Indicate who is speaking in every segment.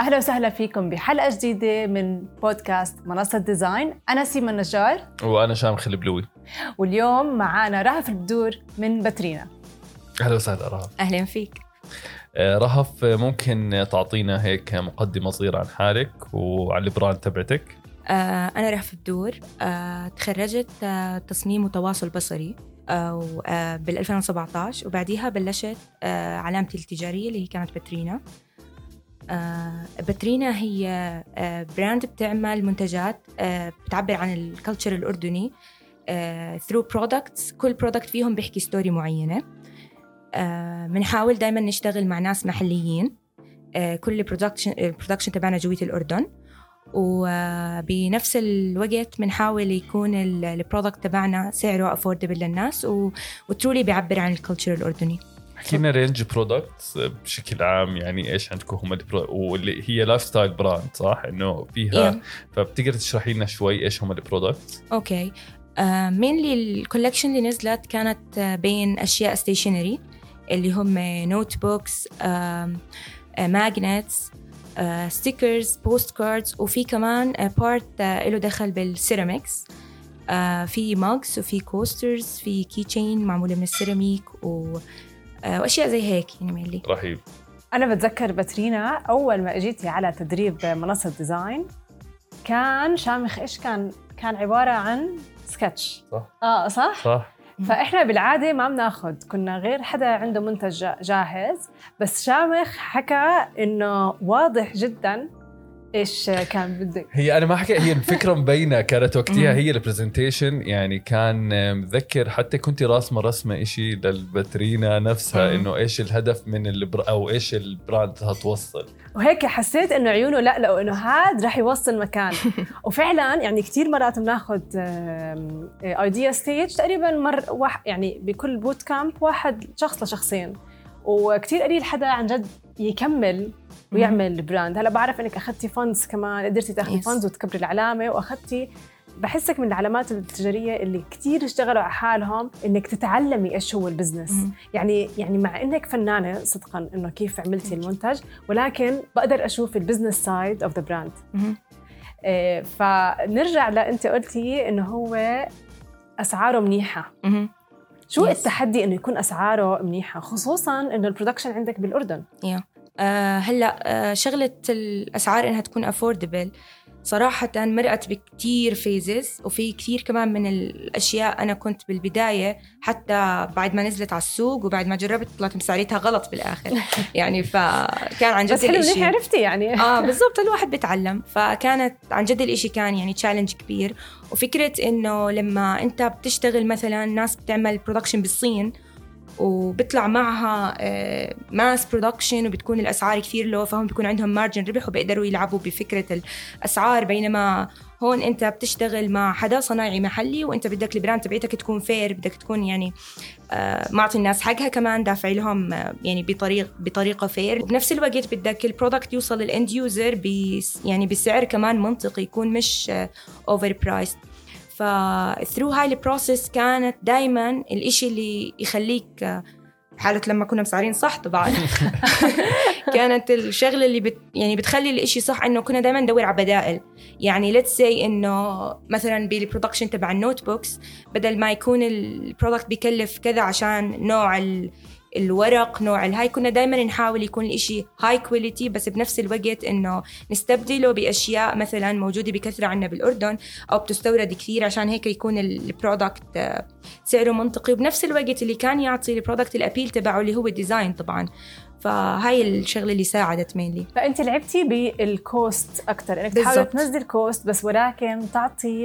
Speaker 1: أهلا وسهلا فيكم بحلقة جديدة من بودكاست منصة ديزاين. أنا سيما النجار
Speaker 2: وأنا شامخ البلوي،
Speaker 1: واليوم معانا رهف البدور من باترينا.
Speaker 2: أهلا وسهلا رهف.
Speaker 3: أهلا فيك.
Speaker 2: رهف، ممكن تعطينا هيك مقدمة صغيرة عن حالك وعن البراند تبعتك؟
Speaker 3: أنا رهف البدور، تخرجت تصميم وتواصل بصري بال2017 وبعديها بلشت علامتي التجارية اللي هي كانت باترينا. باترينا هي براند بتعمل منتجات بتعبر عن الكالتشر الأردني through products. كل product فيهم بيحكي ستوري معينة. بنحاول دايما نشتغل مع ناس محليين. كل البرودكشن تبعنا جوية الأردن، وبنفس الوقت بنحاول يكون البرودكت تبعنا سعره أفوردبل للناس وترولي بيعبر عن الكالتشر الأردني.
Speaker 2: حكينا رينج برودكتس بشكل عام، يعني إيش عندكم هم واللي هي لايف ستايل براند، صح؟ إنه فيها فبتقدر تشرحي لنا شوي إيش هم البرودكتس؟
Speaker 3: أوكي. mainly الكولكشن اللي نزلت كانت بين أشياء ستيشنري اللي هم نوت بوكس، ماجنتس، ستيكرز، بوست كاردز، وفي كمان بارت له دخل بالسيراميكس. في ماجز وفي كوسترز، في كي تشين معمولة من السيراميك وأشياء زي هيك يعني ميلي.
Speaker 2: رهيب.
Speaker 1: أنا بتذكر باترينا أول ما أجيتي على تدريب منصة ديزاين كان شامخ إيش كان عبارة عن سكتش،
Speaker 2: صح؟
Speaker 1: صح؟ فإحنا بالعادة ما بناخد، كنا غير حدا عنده منتج جاهز، بس شامخ حكى إنه واضح جداً إيش كان بدك.
Speaker 2: هي أنا ما حكي، هي الفكرة مبينة كانت وقتها. هي البرزنتيشن يعني كان مذكر، حتى كنت رسمة إشي للباترينا نفسها، إنه إيش الهدف من أو إيش البراند هتوصل،
Speaker 1: وهيك حسيت إنه عيونه لأ إنه هاد رح يوصل مكان. وفعلاً يعني كتير مرات بناخد ايديا ستيج تقريباً يعني بكل بوت كامب واحد شخص لشخصين، وكتير قليل حدا عن جد يكمل ويعمل براند. هلا بعرف انك اخذتي فاندز كمان، قدرتي تاخذي فاندز وتكبري العلامه، واخذتي بحسك من العلامات التجاريه اللي كتير اشتغلوا على حالهم انك تتعلمي ايش هو البزنس. يعني مع انك فنانه صدقا انه كيف عملتي المنتج، ولكن بقدر اشوف البزنس سايد اوف ذا براند. فنرجع لانت قلتي انه هو اسعاره منيحه. شو التحدي انه يكون اسعاره منيحه، خصوصا انه البرودكشن عندك بالاردن؟
Speaker 3: هلا شغله الاسعار انها تكون افوردبل صراحه مرقت بكتير فيزز، وفي كتير كمان من الاشياء انا كنت بالبدايه حتى بعد ما نزلت على السوق وبعد ما جربت طلعت مسعريتها غلط بالاخر. يعني فكان عن جد
Speaker 1: بس الاشي عرفتي يعني
Speaker 3: بالضبط الواحد بيتعلم. فكانت عن جد الاشي كان يعني تشالنج كبير. وفكره انه لما انت بتشتغل مثلا ناس بتعمل برودكشن بالصين وبيطلع معها ماس برودكشن وبتكون الأسعار كثير لو، فهم بيكون عندهم مارجن ربح وبيقدروا يلعبوا بفكرة الأسعار، بينما هون أنت بتشتغل مع حدا صناعي محلي وأنت بدك البراند تبعتك تكون فير، بدك تكون يعني معطي الناس حقها، كمان دافع لهم يعني بطريقة فير، وبنفس الوقت بدك البرودكت يوصل للإند يوزر يعني بسعر كمان منطقي، يكون مش أوفر برايس. فثرو هاي البروسيس كانت دايما الاشي اللي يخليك حالة لما كنا مسعرين صح طبعا كانت الشغلة اللي يعني بتخلي الاشي صح انه كنا دايما ندور على بدائل. يعني let's say انه مثلا بالبرودكشن تبع النوت بوكس بدل ما يكون البرودكت بيكلف كذا عشان نوع الورق نوع الهاي، كنا دايما نحاول يكون الاشي هاي كواليتي، بس بنفس الوقت انه نستبدله باشياء مثلا موجوده بكثره عندنا بالاردن او بتستورد كثير، عشان هيك يكون البرودكت سعره منطقي، وبنفس الوقت اللي كان يعطي البرودكت الابيل تبعه اللي هو الديزاين طبعا. فهاي الشغله اللي ساعدت مينلي.
Speaker 1: فانت لعبتي بالكوست اكثر، انك تحاول تنزل كوست بس ولكن تعطي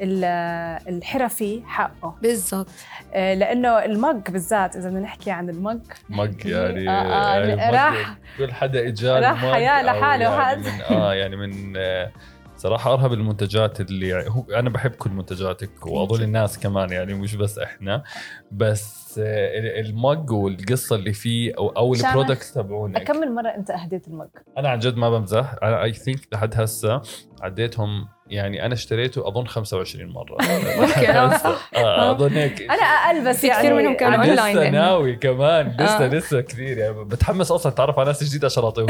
Speaker 1: الحرفي حقه.
Speaker 3: بالضبط.
Speaker 1: لأنه المج بالذات إذا بدنا نحكي عن المج
Speaker 2: يعني
Speaker 1: راح
Speaker 2: كل حدا إجال
Speaker 1: راح حياة لحاله
Speaker 2: يعني من صراحة أرهب المنتجات اللي أنا بحب كل منتجاتك وأظن الناس كمان، يعني مش بس إحنا، بس المج والقصة اللي فيه أو البرودكت تبعونك.
Speaker 1: أكمل مرة أنت أهديت المج؟
Speaker 2: أنا عن جد ما بمزح، أنا I think لحد هسه عديتهم يعني انا اشتريته اظن 25 مره
Speaker 3: ممكن
Speaker 2: اظن هيك.
Speaker 1: انا اقل بس يعني
Speaker 3: كثير منهم كانوا اونلاين
Speaker 2: لسه ناوي كمان لسه كثير يعني بتحمس اصلا تعرف على ناس جديده عشان اعطيهم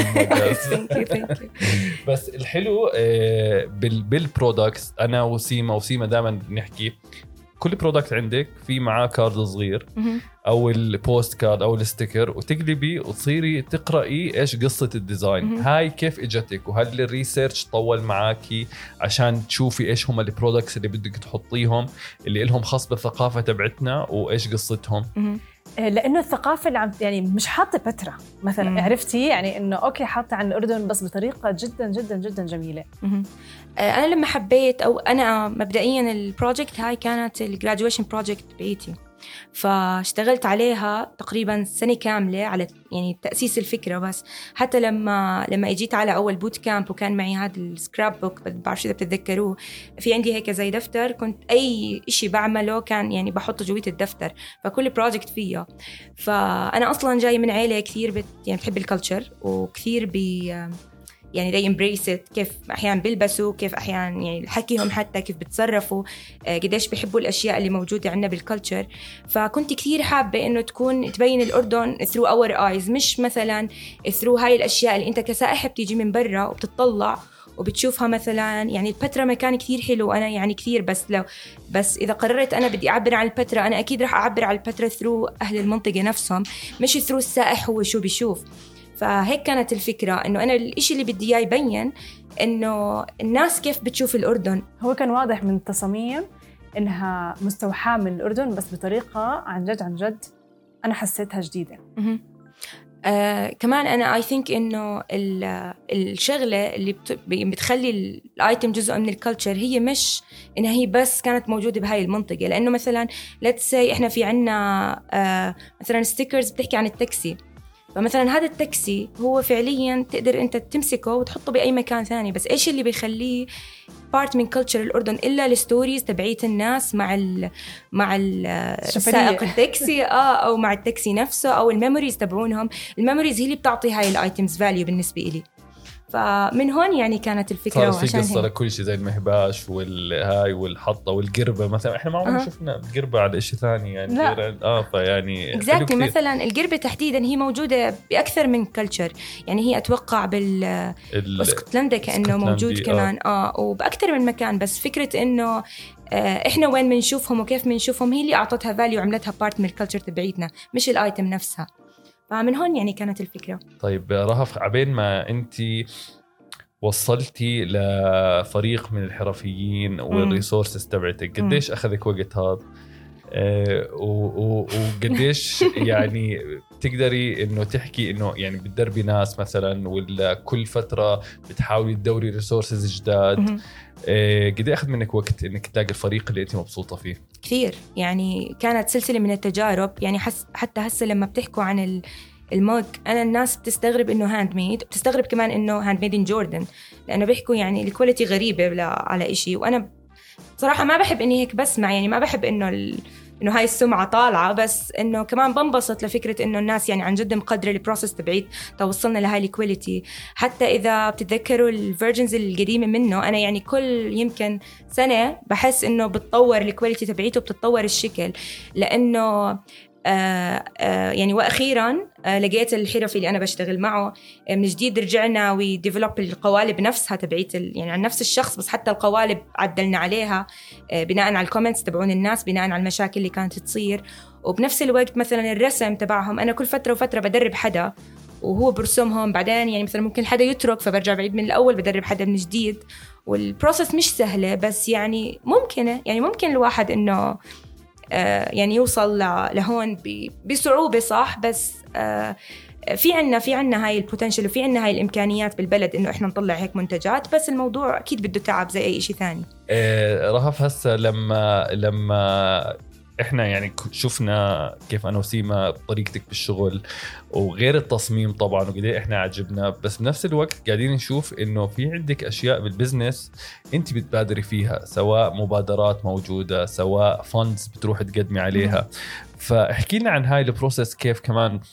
Speaker 2: بس الحلو بالبرودكتس انا وسيما دائما بنحكي كل برودكت عندك في معاه كارد صغير او البوست كارد او الستيكر وتقلبي وتصيري تقرأي ايش قصة الديزاين هاي كيف اجتك وهل الريسيرش طول معاكي عشان تشوفي ايش هم البرودكتس اللي بدك تحطيهم اللي لهم خاص بالثقافة تبعتنا وايش قصتهم.
Speaker 1: لانه الثقافه اللي يعني مش حاطه بترا مثلا عرفتي يعني انه اوكي حاطه عن الاردن بس بطريقه جدا جدا جدا جميله.
Speaker 3: انا لما حبيت او انا مبدئيا البروجكت هاي كانت الجراديويشن بروجكت بيتي فاشتغلت عليها تقريبا سنة كاملة على يعني تأسيس الفكرة بس حتى لما اجيت على أول بوت كامب وكان معي هذا السكراب بوك بعرفش إذا بتتذكروه في عندي هيك زي دفتر كنت أي إشي بعمله كان يعني بحطه جوية الدفتر فكل بروجكت فيها. فأنا أصلا جاي من عائلة كثير يعني بتحب الكالتشر وكثير يعني they embrace it كيف أحيانا بيلبسوا كيف أحيانا يعني حكيهم حتى كيف بتصرفوا قديش بيحبوا الأشياء اللي موجودة عندنا بالكالتشر. فكنت كثير حابة إنه تبين الأردن through our eyes مش مثلا through هاي الأشياء اللي أنت كسائح بتيجي من برا وبتطلع وبتشوفها مثلا يعني البتراء مكان كثير حلو أنا يعني كثير بس إذا قررت أنا بدي أعبر عن البتراء أنا أكيد رح أعبر عن البتراء through أهل المنطقة نفسهم مش through السائح هو شو بيشوف. فهيك كانت الفكرة إنه أنا الإشي اللي بدي إياه يبين إنه الناس كيف بتشوف الأردن.
Speaker 1: هو كان واضح من التصاميم إنها مستوحاة من الأردن بس بطريقة عن جد أنا حسيتها جديدة.
Speaker 3: كمان أنا I think إنه الشغلة اللي بتخلي الآيتم جزء من الكالتشر هي مش إنها هي بس كانت موجودة بهاي المنطقة لأنه مثلا let's say إحنا في عنا مثلا ستيكرز بتحكي عن التاكسي فمثلا هذا التاكسي هو فعليا تقدر انت تمسكه وتحطه باي مكان ثاني بس ايش اللي بيخليه بارت من كلتشر الاردن الا الستوريز تبعيت الناس مع سائق التاكسي او مع التاكسي نفسه او الميموريز تبعونهم. الميموريز هي اللي بتعطي هاي الايتمز فاليو بالنسبه لي. فمن هون يعني كانت الفكرة
Speaker 2: صار في قصة لكل شيء زي المهباش والهاي والحطة والقربة مثلا احنا ما عمرنا شفنا القربة على اشي ثاني يعني فيعني
Speaker 3: exactly مثلا القربة تحديدا هي موجودة بأكثر من كلتشر يعني هي أتوقع باسكتلندا كأنه موجود كمان وبأكثر من مكان بس فكرة إنه احنا وين منشوفهم وكيف منشوفهم هي اللي أعطتها فاليو وعملتها بارت من الكلتشر تبعيتنا مش الآيتم نفسها. فمن هون يعني كانت الفكرة.
Speaker 2: طيب رهف عبين ما أنت وصلتي لفريق من الحرفيين والريسورسز تبعتك قديش أخذك وقت هذا وقديش يعني تقدري إنه تحكي إنه يعني بتدربي ناس مثلا ولا كل فترة بتحاولي تدوري ريسورسز جداد قد أخذ منك وقت إنك تلاقي الفريق اللي أنت مبسوطة فيه؟
Speaker 3: كثير يعني كانت سلسلة من التجارب يعني حتى هسه لما بتحكوا عن الموج أنا الناس بتستغرب إنه هاند ميد بتستغرب كمان إنه هاند ميد إن جوردن لأنه بيحكوا يعني الكواليتي غريبة على إشي وأنا صراحة ما بحب إني هيك بسمع يعني ما بحب إنه هاي السمعة طالعة بس إنه كمان بنبسط لفكرة إنه الناس يعني عن جد مقدرة البروسس تبعيد توصلنا لهاي الكواليتي. حتى إذا بتتذكروا الفيرجنز القديمة منه أنا يعني كل يمكن سنة بحس إنه بتطور الكواليتي تبعيته بتتطور الشكل لأنه يعني وأخيراً لقيت الحرفي اللي أنا بشتغل معه من جديد رجعنا وديفلوب القوالب نفسها تبعيت يعني عن نفس الشخص بس حتى القوالب عدلنا عليها بناء على الكومنتس تبعون الناس بناء على المشاكل اللي كانت تصير. وبنفس الوقت مثلاً الرسم تبعهم أنا كل فترة وفترة بدرب حدا وهو برسمهم بعدين يعني مثلاً ممكن حدا يترك فبرجع بعيد من الأول بدرب حدا من جديد والبروسس مش سهلة بس يعني ممكن الواحد إنه يعني يوصل لهون بصعوبة صح بس في عنا هاي البوتنشل وفي عنا هاي الإمكانيات بالبلد إنه إحنا نطلع هيك منتجات بس الموضوع أكيد بده تعب زي أي شيء ثاني.
Speaker 2: رهف هسه لما إحنا يعني شفنا كيف أنا وسيما طريقتك بالشغل وغير التصميم طبعاً وقديه إحنا عجبنا بس بنفس الوقت قاعدين نشوف إنه في عندك أشياء بالبزنس أنت بتبادري فيها سواء مبادرات موجودة سواء فاندز بتروح تقدمي عليها. فاحكي لنا عن هاي البروسيس كيف كمان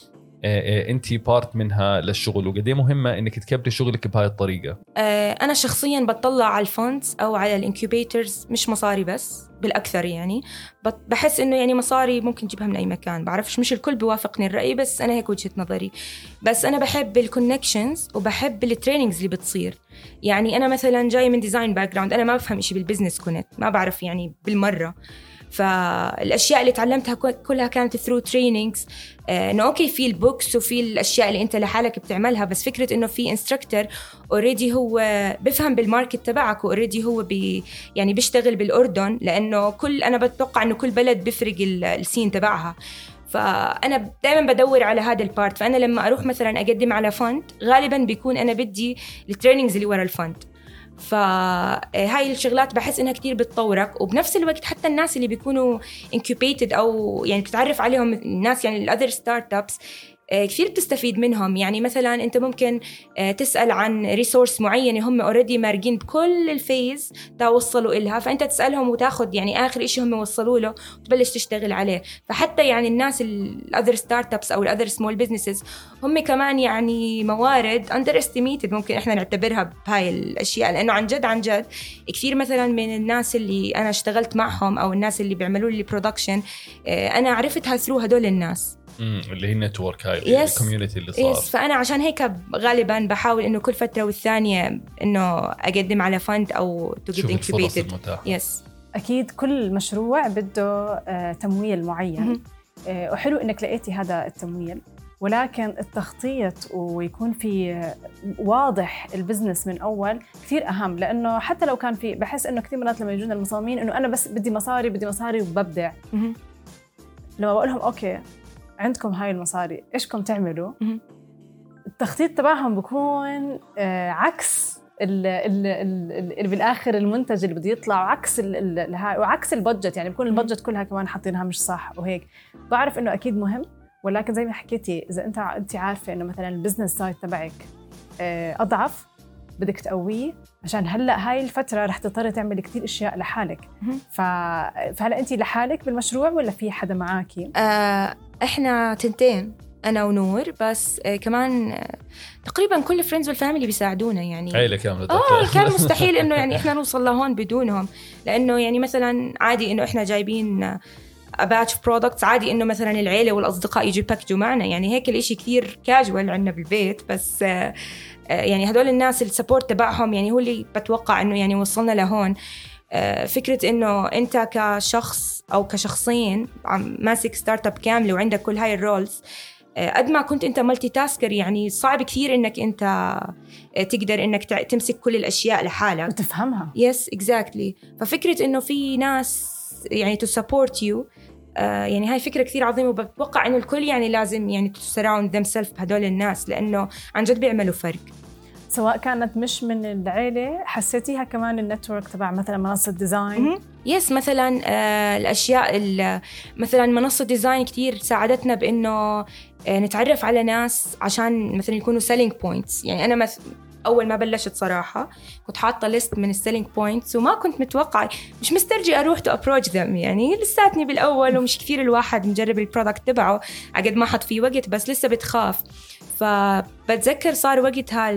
Speaker 2: انت بارت منها للشغل، وقد ايه مهمه انك تكبري شغلك بهاي الطريقه؟
Speaker 3: انا شخصيا بطلع على الفوندز او على الانكيوبيترز، مش مصاري بس بالاكثر، يعني بحس انه يعني مصاري ممكن تجيبها من اي مكان، بعرفش مش الكل بيوافقني الراي، بس انا هيك وجهه نظري. بس انا بحب الكونكشنز وبحب التريننجز اللي بتصير. يعني انا مثلا جاي من ديزاين باك جراوند، انا ما بفهم شيء بالبزنس كونكت، ما بعرف يعني بالمره. فالاشياء اللي تعلمتها كلها كانت ثرو تريننجز. انه اوكي في البوكس وفي الاشياء اللي انت لحالك بتعملها، بس فكره انه في انستراكتور اوريدي هو بفهم بالماركت تبعك، واوريدي هو يعني بيشتغل بالاردن، لانه انا بتوقع انه كل بلد بيفرق السين تبعها. فأنا دائما بدور على هذا البارت. فأنا لما أروح مثلا أقدم على فند، غالبا بيكون أنا بدي التريننجز اللي ورا الفند. فهاي الشغلات بحس إنها كتير بتطورك، وبنفس الوقت حتى الناس اللي بيكونوا incubated أو يعني بتتعرف عليهم الناس، يعني الأذر ستارت أبس كثير بتستفيد منهم. يعني مثلا أنت ممكن تسأل عن ريسورس معينة هم اوريدي مارقين بكل الفيز توصلوا إلها، فأنت تسألهم وتاخد يعني آخر إشي هم وصلوا له وتبلش تشتغل عليه. فحتى يعني الناس الأذر ستارت أبس أو الأذر سمول بيزنسز هم كمان يعني موارد underestimated ممكن إحنا نعتبرها بهاي الأشياء، لأنه عن جد كثير مثلا من الناس اللي أنا اشتغلت معهم أو الناس اللي بيعملوا لي برودكشن، أنا عرفتها ثرو هدول الناس
Speaker 2: اللي هي النتورك، هاي الكوميونتي اللي صار.
Speaker 3: فأنا عشان هيك غالبا بحاول إنه كل فترة والثانية إنه أقدم على فند أو to get incubated.
Speaker 1: أكيد كل مشروع بده تمويل معين، وحلو إنك لقيتي هذا التمويل، ولكن التخطيط ويكون في واضح البزنس من أول كثير أهم. لأنه حتى لو كان في، بحس إنه كثير مرات لما يجونا المصممين إنه أنا بس بدي مصاري وببدع. لما بقولهم أوكي عندكم هاي المصاري، إيشكم تعملوا؟ التخطيط تبعهم بكون عكس اللي بالآخر المنتج اللي بده يطلع، وعكس البادجت. يعني بكون البادجت كلها كمان حاطينها مش صح. وهيك بعرف إنه أكيد مهم، ولكن زي ما حكيتي إذا أنت عارفة إنه مثلا البزنس سايد تبعك أضعف، بدك تقويه، عشان هلأ هاي الفترة رح تضطر تعمل كتير أشياء لحالك. فهلأ أنت لحالك بالمشروع ولا في حدا معاكي؟
Speaker 3: إحنا تنتين، أنا ونور، بس كمان تقريبا كل الفريندز والفاميلي بيساعدونا. يعني
Speaker 2: عيلة كاملة.
Speaker 3: كان مستحيل إنه يعني إحنا نوصل لهون بدونهم، لأنه يعني مثلا عادي إنه إحنا جايبين batch of products، عادي إنه مثلا العيلة والأصدقاء يجي باكجوا معنا. يعني هيك الإشي كثير كاجوال عندنا بالبيت، بس يعني هدول الناس السبورت تبعهم يعني هو اللي بتوقع إنه يعني وصلنا لهون. فكرة إنه أنت كشخص أو كشخصين عم ماسك ستارت اب كاملة وعندك كل هاي الرولز، قد ما كنت أنت مالتي تاسكر، يعني صعب كثير إنك أنت تقدر إنك تمسك كل الأشياء لحالك
Speaker 1: وتفهمها.
Speaker 3: Yes exactly. ففكرة إنه في ناس يعني to support you، يعني هاي فكرة كثير عظيمة، وبتوقع إنه الكل يعني لازم يعني to surround themselves بهدول الناس، لأنه عن جد بيعملوا فرق.
Speaker 1: سواء كانت مش من العيلة، حسيتيها كمان النتورك تبع مثلا منصة ديزاين؟
Speaker 3: يس مثلا الأشياء مثلا منصة ديزاين كتير ساعدتنا بإنه نتعرف على ناس عشان مثلا يكونوا selling points. يعني أنا أول ما بلشت صراحة كنت حاطة ليست من السيلينج بوينتس، وما كنت متوقعة، مش مسترجي أروح to approach them. يعني لساتني بالأول، ومش كثير الواحد مجرب البرودكت تبعه عقد ما حط فيه وقت، بس لسه بتخاف. فبتذكر صار وقتها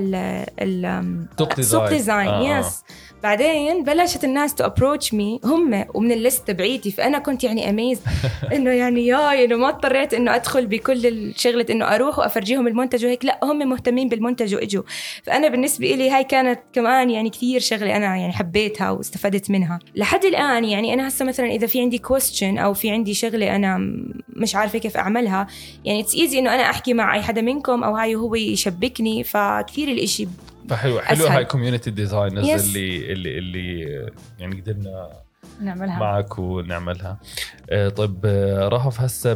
Speaker 3: السوق ديزاين يس. بعدين بلشت الناس تو ابروتش مي هم ومن الليست تبعيتي، فانا كنت يعني اميز انه يعني انه ما اضطريت انه ادخل بكل الشغله انه اروح وافرجيهم المنتج وهيك، لا هم مهتمين بالمنتج واجوا. فانا بالنسبه لي هاي كانت كمان يعني كثير شغله انا يعني حبيتها واستفدت منها لحد الان. يعني انا هسه مثلا اذا في عندي كويستشن او في عندي شغله انا مش عارفه كيف اعملها، يعني اتس ايزي انه انا احكي مع اي حدا منكم او هاي هو يشبكني، فكثير الاشي
Speaker 2: فحلو هاي كوميونتي ديزاينرز اللي يعني قدرنا
Speaker 1: نعملها
Speaker 2: معك ونعملها. طيب رهف، هسه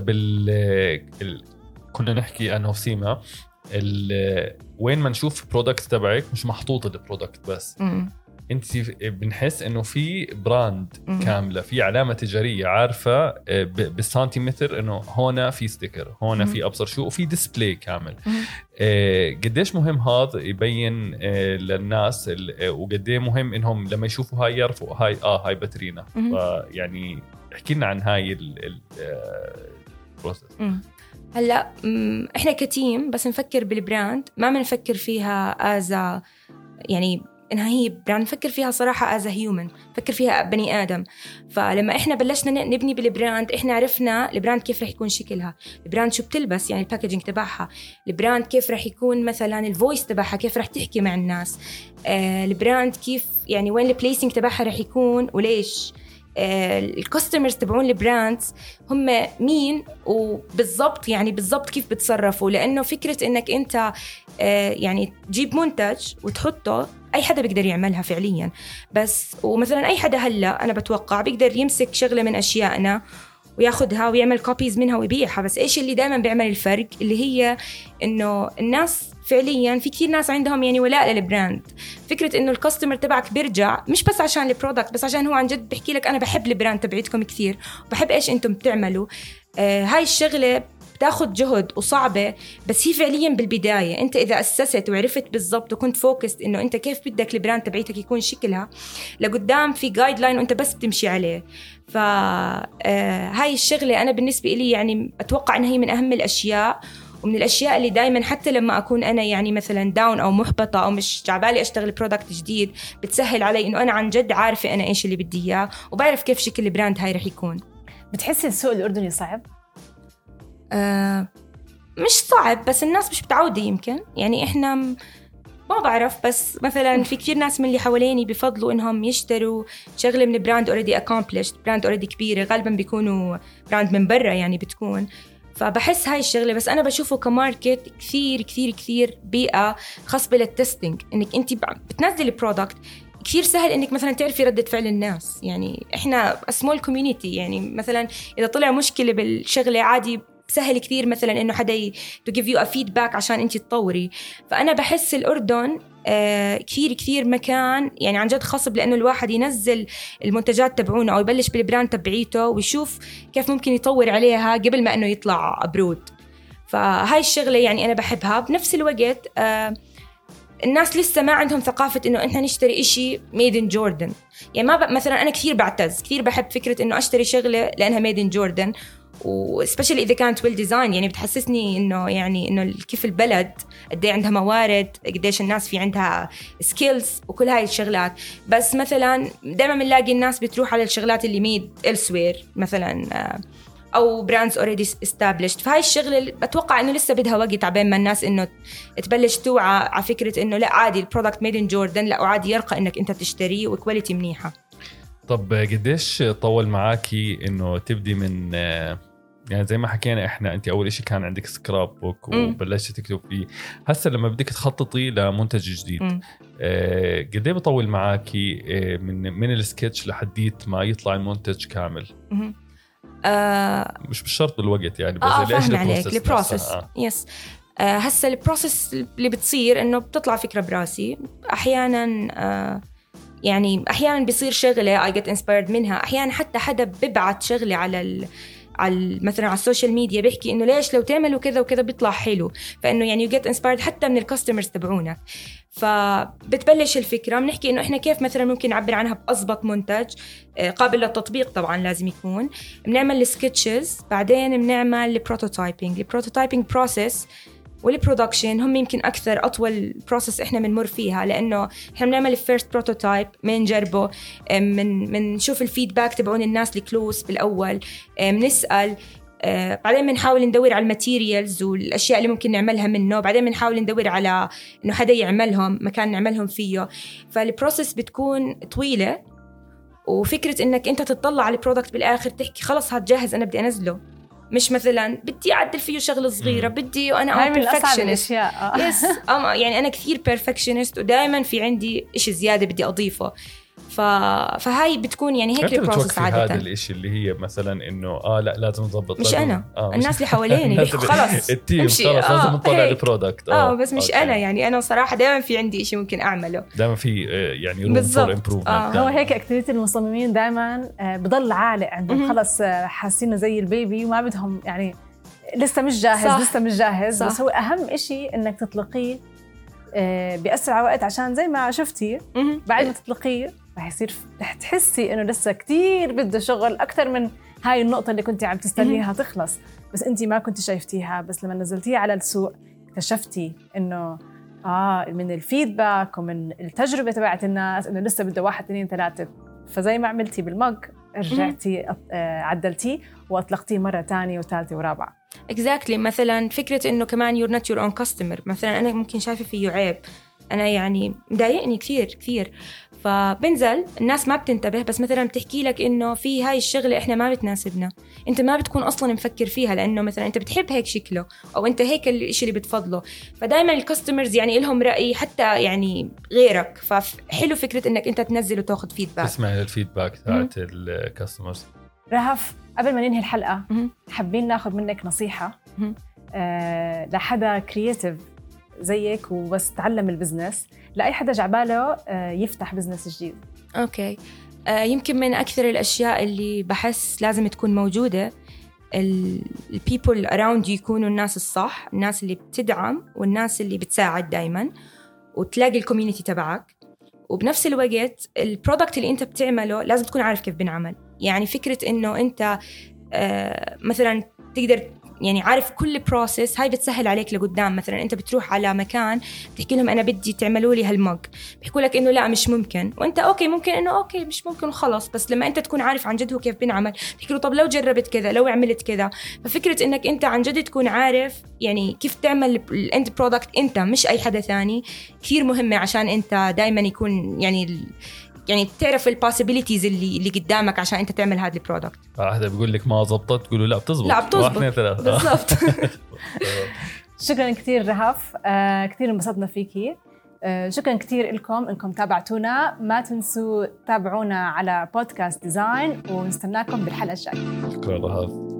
Speaker 2: كنا نحكي أنا وسيما وين ما نشوف برودكت تبعك مش محطوط البرودكت بس انت بنحس انه في براند كامله، في علامه تجاريه عارفه بالسنتيمتر انه هنا في ستيكر، هنا في ابصر شو، وفي ديسبلاي كامل. قديش مهم هذا يبين للناس، وقديه مهم انهم لما يشوفوا هاي يعرفوا هاي باترينا. فيعني احكي لنا عن هاي البروسيس.
Speaker 3: هلا احنا كتيم بس نفكر بالبراند، ما بنفكر فيها يعني انها هي براند، نفكر فيها صراحه از هيومن، نفكر فيها بني ادم. فلما احنا بلشنا نبني بالبراند، احنا عرفنا البراند كيف رح يكون شكلها، البراند شو بتلبس يعني الباكجينج تبعها، البراند كيف رح يكون مثلا الفويس تبعها، كيف رح تحكي مع الناس، البراند كيف يعني وين البليسنج تبعها رح يكون وليش، الكاستمرز تبعون البراندز هم مين وبالضبط يعني بالضبط كيف بتصرفوا. لأنه فكرة إنك أنت يعني تجيب منتج وتحطه أي حدا بيقدر يعملها فعليا، بس ومثلا أي حدا هلأ أنا بتوقع بيقدر يمسك شغلة من أشيائنا وياخدها ويعمل كوبيز منها ويبيعها. بس إيش اللي دائما بيعمل الفرق اللي هي إنه الناس فعليا في كتير ناس عندهم يعني ولاء للبراند. فكرة إنه الكاستمر تبعك بيرجع مش بس عشان البرودكت، بس عشان هو عن جد بيحكي لك أنا بحب البراند تبعتكم كثير وبحب إيش أنتم بتعملوا. هاي الشغلة بتاخد جهد وصعبة، بس هي فعليا بالبداية أنت إذا أسست وعرفت بالضبط وكنت فوكست إنه أنت كيف بدك البراند تبعيتك يكون شكلها، لقدام في جايد لاين وأنت بس بتمشي عليه. فهاي الشغلة أنا بالنسبة لي يعني أتوقع إنها هي من أهم الأشياء، ومن الأشياء اللي دايما حتى لما أكون أنا يعني مثلا داون أو محبطة أو مش جعبالي أشتغل برودكت جديد، بتسهل علي إنه أنا عن جد عارفة أنا إيش اللي بدي إياه وبعرف كيف شكل البراند هاي رح يكون.
Speaker 1: بتحسي السوق الأردني صعب؟
Speaker 3: مش صعب، بس الناس مش متعودة يمكن، يعني إحنا ما بعرف، بس مثلا في كتير ناس من اللي حواليني بفضلوا إنهم يشتروا شغلة من براند already accomplished، براند already كبيرة، غالبا بيكونوا براند من برا يعني بتكون. فبحس هاي الشغلة، بس أنا بشوفه كماركت كثير كثير كثير بيئة خاصة للتستنج، إنك أنت بتنزل برودكت كثير سهل إنك مثلا تعرفي ردة فعل الناس. يعني إحنا small community، يعني مثلا إذا طلع مشكلة بالشغلة عادي سهل كثير مثلا إنه حدا to give you a feedback عشان أنت تطوري. فأنا بحس الأردن كثير كثير مكان يعني عن جد خصب، لأنه الواحد ينزل المنتجات تبعونه أو يبلش بالبراند تبعيته ويشوف كيف ممكن يطور عليها قبل ما إنه يطلع أبرود. فهاي الشغلة يعني أنا بحبها. بنفس الوقت الناس لسه ما عندهم ثقافة إنه إحنا نشتري إشي made in Jordan. يعني ما مثلا أنا كثير بعتز كثير بحب فكرة إنه أشتري شغلة لأنها made in Jordan، وسبيشلي إذا كانت well design، يعني بتحسسني إنه يعني إنه كيف البلد قد إيه عندها موارد، قديش الناس في عندها skills وكل هاي الشغلات. بس مثلا دائما بنلاقي الناس بتروح على الشغلات اللي made elsewhere مثلا أو brands already established. فهاي الشغلة بتوقع إنه لسه بدها وقت عبين ما الناس إنه تبلش توعى على فكرة إنه لا عادي البرودكت made in Jordan، لا وعادي يرقى إنك أنت تشتريه وكواليتي منيحة.
Speaker 2: طب قديش طول معاكي إنه تبدي من يعني زي ما حكينا إحنا أنت أول إشي كان عندك سكراب بوك وبلشت تكتب فيه، هسه لما بدك تخططي لمنتج جديد قد ايه بطول معاكي من السكتش لحديت ما يطلع المنتج كامل؟
Speaker 1: مش
Speaker 2: بالشرط الوقت يعني، بس
Speaker 3: فاهم عليك البروسس. يس هسه البروسس اللي بتصير إنه بتطلع فكرة براسي، أحيانا يعني أحيانا بيصير شغلة I get inspired منها، أحيانا حتى حدا ببعت شغلة على مثلا على السوشيال ميديا بيحكي إنه ليش لو تعملوا كذا وكذا بيطلع حلو، فإنه يعني you get inspired حتى من الكاستمرز تبعونك. فبتبلش الفكرة بنحكي إنه إحنا كيف مثلا ممكن نعبر عنها بأضبط منتج قابل للتطبيق، طبعا لازم يكون. بنعمل السكتشز، بعدين بنعمل البروتوتايبينج بروسيس والبرودكشن هم يمكن أكثر أطول بروسس إحنا بنمر فيها، لأنه إحنا بنعمل الفيرست بروتوتايب، بنجربه، بنشوف الفيدباك تبعون الناس الكلوس بالأول، بنسأل، بعدين بنحاول ندور على الماتيريالز والأشياء اللي ممكن نعملها منه، بعدين بنحاول ندور على إنه حدا يعملهم، مكان نعملهم فيه. فالبروسس بتكون طويلة، وفكرة إنك أنت تطلع على البرودكت بالآخر تحكي خلص هاد جاهز أنا بدي أنزله، مش مثلا بدي أعدل فيه شغلة صغيرة بدي، وأنا
Speaker 1: هاي من أصعب الأشياء.
Speaker 3: يس يعني أنا كثير perfectionist ودائما في عندي إشي زيادة بدي أضيفه. فهاي بتكون يعني هيك البروسس عادة.
Speaker 2: هذا الإشي اللي هي مثلا إنه لا لازم نضبط،
Speaker 3: مش أنا الناس اللي حواليني بيحكوا خلاص
Speaker 2: التيم خلاص لازم نطلع البرودكت
Speaker 3: بس مش أنا يعني أنا صراحة دائما في عندي إشي ممكن أعمله،
Speaker 2: دائما في يعني room for improvement.
Speaker 1: هو هيك أكتيفيتي المصممين دائما بضل عالق عندهم، خلص حاسينه زي البيبي وما بدهم يعني لسه مش جاهز. صح. لسه مش جاهز. صح. بس هو أهم إشي إنك تطلقيه بأسرع وقت، عشان زي ما شفتي بعد ما تطلقيه رح تحسي إنه لسه كتير بده شغل أكتر من هاي النقطة اللي كنتي عم تستنيها تخلص. بس أنت ما كنت شايفتيها، بس لما نزلتيها على السوق اكتشفتي إنه من الفيدباك ومن التجربة تبعت الناس إنه لسه بده 1 2 3. فزي ما عملتي بالمج رجعتي عدلتيه وأطلقتيه مرة تانية وثالثة ورابعة.
Speaker 3: exactly. مثلا فكرة إنه كمان you're not your own customer. مثلا أنا ممكن شايفة فيه عيب، أنا يعني مضايقني كثير، فبنزل الناس ما بتنتبه، بس مثلا بتحكي لك إنه في هاي الشغلة إحنا ما بتناسبنا، أنت ما بتكون أصلا مفكر فيها، لأنه مثلا أنت بتحب هيك شكله أو أنت هيك الإشي اللي بتفضله. فدايما الكاستمرز يعني لهم رأي حتى يعني غيرك، فحلو فكرة إنك أنت تنزل وتاخذ فيدباك.
Speaker 2: اسمعي الفيدباك تاعت الكاستمرز.
Speaker 1: رهف، قبل ما ننهي الحلقة حابين ناخذ منك نصيحة لحدا كرياتيف زيك وبس تعلم البزنس، لأي حدا جعباله يفتح بزنس جديد.
Speaker 3: أوكي. يمكن من أكثر الأشياء اللي بحس لازم تكون موجودة people around you يكونوا الناس الصح، الناس اللي بتدعم والناس اللي بتساعد دايما، وتلاقي الكوميونيتي تبعك. وبنفس الوقت البرودكت اللي أنت بتعمله لازم تكون عارف كيف بنعمل. يعني فكرة إنه أنت مثلا تقدر يعني عارف كل بروسيس، هاي بتسهل عليك لقدام. مثلا انت بتروح على مكان بتحكي لهم انا بدي تعملوا لي هالمج، بيحكوا لك انه لا مش ممكن، وانت اوكي ممكن انه اوكي مش ممكن وخلاص. بس لما انت تكون عارف عن جد هو كيف بنعمل، بيحكوا له طب لو جربت كذا، لو عملت كذا. ففكرة انك انت عن جد تكون عارف يعني كيف تعمل الاند برودكت انت، مش اي حدا ثاني، كثير مهمة عشان انت دايما يكون يعني تعرف البوسيبيليتيز اللي قدامك عشان انت تعمل هذا البرودكت.
Speaker 2: هذا بيقول لك ما زبطت، تقول له لا بتزبط.
Speaker 3: لا بتزبط بالضبط.
Speaker 1: شكرا كثير رهف، كثير انبسطنا فيكي. شكرا كثير لكم انكم تابعتونا. ما تنسوا تابعونا على بودكاست ديزاين، ونستناكم بالحلقة الجاية.
Speaker 2: شكرا رهف.